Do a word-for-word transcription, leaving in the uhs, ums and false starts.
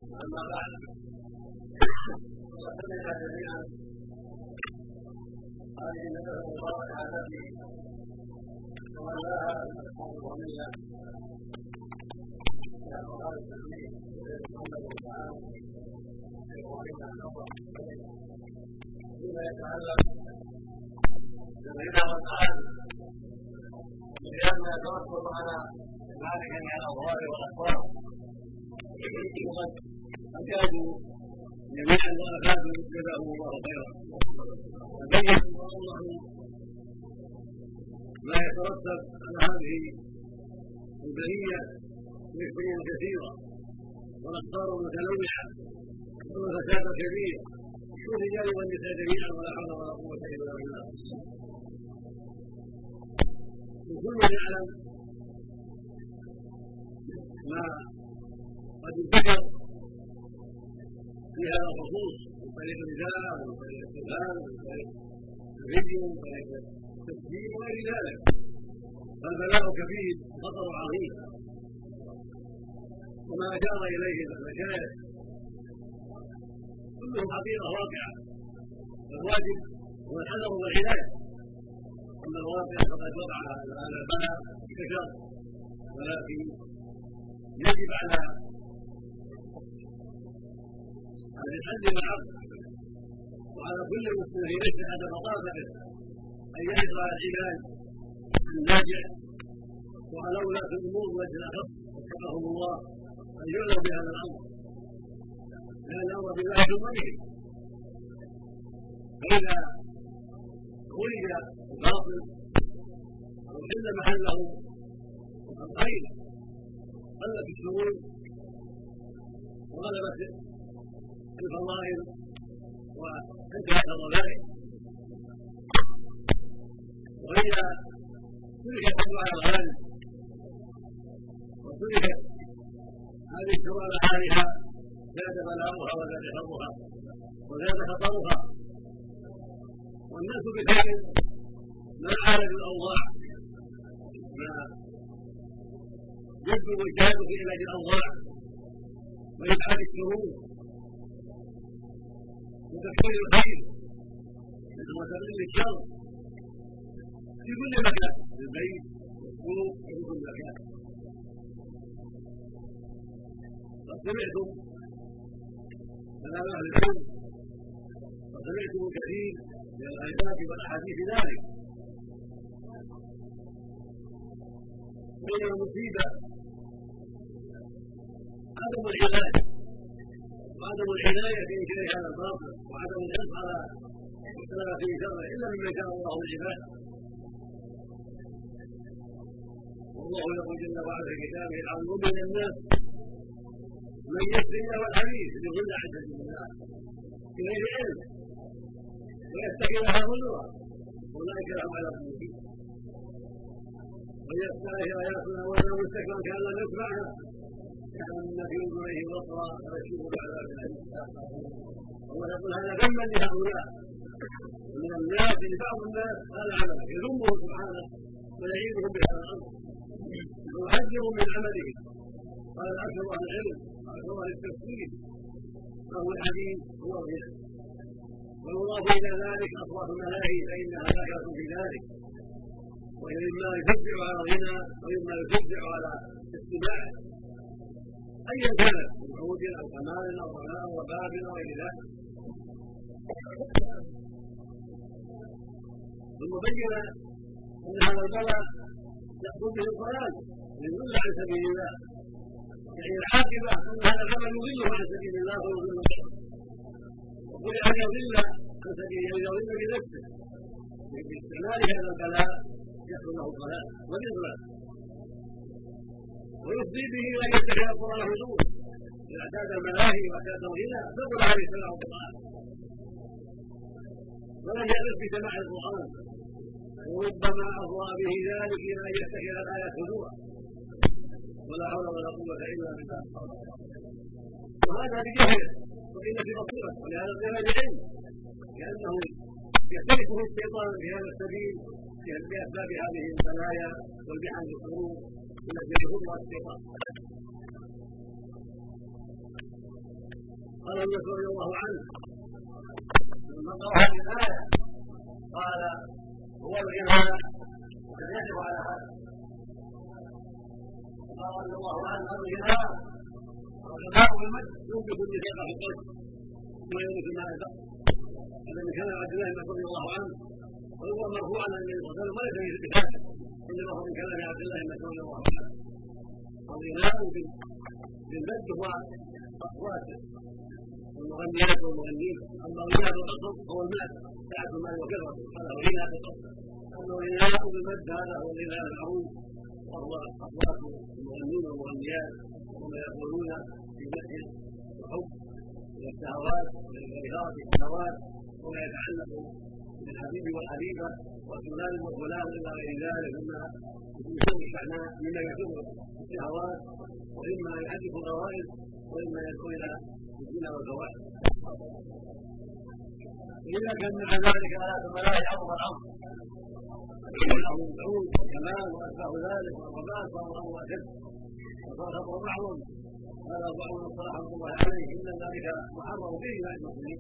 أما بعد فسمعنا جميعا هذه الندوة المباركة التي تولاها الأمية إلى قضاء التسليم محمد بن تعالى إبراهيم النصر فيما يتعلق بالغنى والطعام بخلاف ما يترتب على ذلك من الأظهار والأخبار. وقد أجابوا جميعا وأفادوا جزاهم الله خيرا وبينوا الله ما يترتب على هذه البرية من شرور كثيرة والأخطار متنوعة والفساد كبير والرجال والنساء جميعا ولا حول ولا قوة إلا بالله. وكل يعلم ما قد انتشر في هذا الخصوص من طريق الرجال ومن طريق التلفاز ومن طريق الفيديو ومن طريق التسجيل وغير ذلك، فالبلاء كبير وخطر عظيم. وما أشار إليه المشايخ كله حقيقة واقعة، فالواجب هو الحذر والعناية. أما الواقع فقد وقع على البلاء انتشر، ولكن يجب على أهل الحل والعقل وعلى كل مسلم في نفسه حسب طاقته أن يحرص على العلاج الناجع وعلى ولاة الأمور وجه الأخص وفقهم الله أن يعلم بهذا الأمر، لأن الأمر بالله ضمير. فإذا خرج الباطل وحل محله الخير قلت الشرور وغلبت الفضائل وانتهت الرذائل. وإذا تركت أنواع الغلال وتركت هذه الشرور حالها زاد بلاؤها وزاد شرها وزاد خطرها، والناس بخير ما عالجوا الأوضاع، ما يبدو الجهاد في علاج الأوضاع وإبعاد الشرور وتكفير الخير وتقليل الشر في كل مكان، في البيت والسوق وفي كل مكان. قد سمعتم كلام أهل العلم وسمعتم الكثير من الآيات والأحاديث ذلك. وإن المصيبة عدم العناية وعدم العناية بإنكار هذا الباطل وعدم الحرص على السلامة في شره إلا مما شاء الله العباد. والله يقول جل وعلا في كتابه العظيم: من الناس من يشري له الحديث ليضل عن سبيل الله بغير علم ويتخذها هزوا أولئك لهم عذاب مهين. ويستعيه آياتنا ولا مستكبرا كأن لم يسمعها كأن في أذنيه وقرا فبشره بعذاب أليم. الله يقول هذا ذما لهؤلاء ومن الناس لبعض الناس هذا عمل يذمه سبحانه ويعيدهم بهذا الأمر ويحذر من عمله. قال أكثر أهل العلم وأكثر أهل التفسير فهو الحديث هو الغنى، والمضاف إلى ذلك أصوات الملاهي فإنها ذاكرة في ذلك، وإما يشجع على الغنى وإما يشجع على اتباعه أيا كان من عود أو كمال أو غناء أو باب أو غير ذلك. ثم بين أن هذا البلاء يحصل به الضلال ليضل عن سبيل الله، يعني العاقبة أن هذا البلاء يضله عن سبيل الله ويضل غيره. وقل أن يضل عن سبيله ويضل بنفسه باستعمال هذا البلاء يحصل له الضلال والإضلال، ويفضي به إلى أن يتخذ القرآن هزوا إذا اعتاد الملاهي واعتاد الغنى فضل عليه سماع القرآن ولم يألف بسماع القرآن، وربما أفضى به ذلك إلى أن يتخذ الآيات هزوا ولا حول ولا قوة إلا بالله. وهذا بجهله وإن في بصيرة، ولهذا قال بعلم لأنه يختلفه الشيطان في هذا السبيل بأسباب هذه البلايا والبحث الحروب التي يخطها الشيطان. قال ابن مسعود رضي الله عنه لما قرأ هذه الآية قال هو الغنى وكان يجب على هذا قال رضي الله عنه الغنى والغناء بالمد ينبت النفاق في القلب ما يملك الماء البحر هذا من كلام عبد الله بن مسعود رضي الله عنه وهو مرفوعا عن النبي صلى الله عليه وسلم وليس في بكافر انما هو من كلام عبد الله بن مسعود رضي الله عنه الغناء بالمد هو اصوات المغنيات والمغنين اما الغناء بالقصر هو المال سعه المال وكثرته هذا هو الغناء بالقصر اما الغناء بالمد هذا هو الغناء المعروف وهو اصوات المغنين والمغنيات وما يقولون في مدح الحب والشهوات والغيرات والشهوات وما يتعلق بالحبيب والحبيبه والفلان والفلان الى غير ذلك مما يكون الشحناء مما يكون الشهوات واما يحدث الغرائز واما يدعو الى الزنا والفواحش. اذا كان مع ذلك الات الملاهي عظم الامر له العود والكمال واشباه ذلك والرباط وهو اشد وصار خطر معهم هذا بعض الصلاح رحمه الله عليه ان ذلك محرم فيه مع المسلمين.